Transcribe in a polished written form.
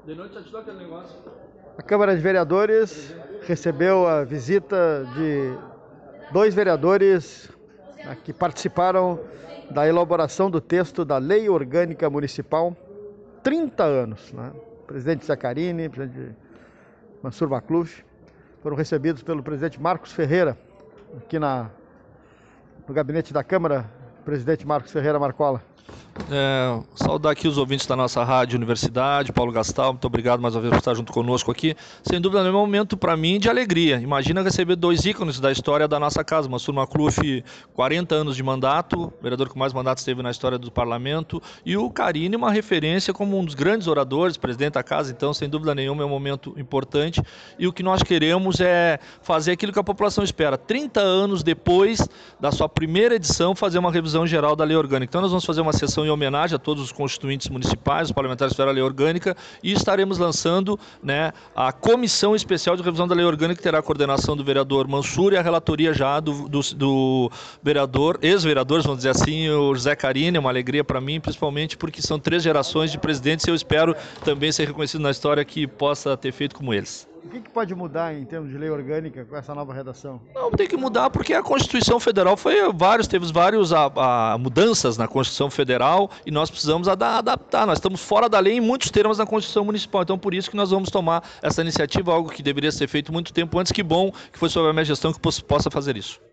De noite já te dou aquele negócio. A Câmara de Vereadores recebeu a visita de dois vereadores, né, que participaram da elaboração do texto da Lei Orgânica Municipal, 30 anos. Né? O presidente Zaccarini, o presidente Mansur Macluf, foram recebidos pelo presidente Marcos Ferreira, aqui no gabinete da Câmara, presidente Marcos Ferreira Marcola. Saudar aqui os ouvintes da nossa rádio Universidade, Paulo Gastal, muito obrigado mais uma vez por estar junto conosco aqui. Sem dúvida nenhuma, é um momento para mim de alegria. Imagina receber dois ícones da história da nossa casa. Mansur Macluf, 40 anos de mandato, vereador com mais mandatos teve na história do parlamento, e o Carini, uma referência como um dos grandes oradores, presidente da casa. Então, sem dúvida nenhuma, é um momento importante. E o que nós queremos é fazer aquilo que a população espera. 30 anos depois da sua primeira edição, fazer uma revisão geral da Lei Orgânica. Então, nós vamos fazer uma sessão em homenagem a todos os constituintes municipais, os parlamentares que fizeram a Lei Orgânica, e estaremos lançando, né, a Comissão Especial de Revisão da Lei Orgânica, que terá a coordenação do vereador Mansur e a relatoria já do vereador, ex-vereadores, vamos dizer assim, o José Carini. É uma alegria para mim, principalmente porque são 3 gerações de presidentes e eu espero também ser reconhecido na história que possa ter feito como eles. O que pode mudar em termos de lei orgânica com essa nova redação? Não, tem que mudar porque a Constituição Federal teve várias mudanças na Constituição Federal e nós precisamos adaptar. Nós estamos fora da lei em muitos termos na Constituição Municipal. Então, por isso que nós vamos tomar essa iniciativa, algo que deveria ser feito muito tempo antes. Que bom que foi sob a minha gestão que possa fazer isso.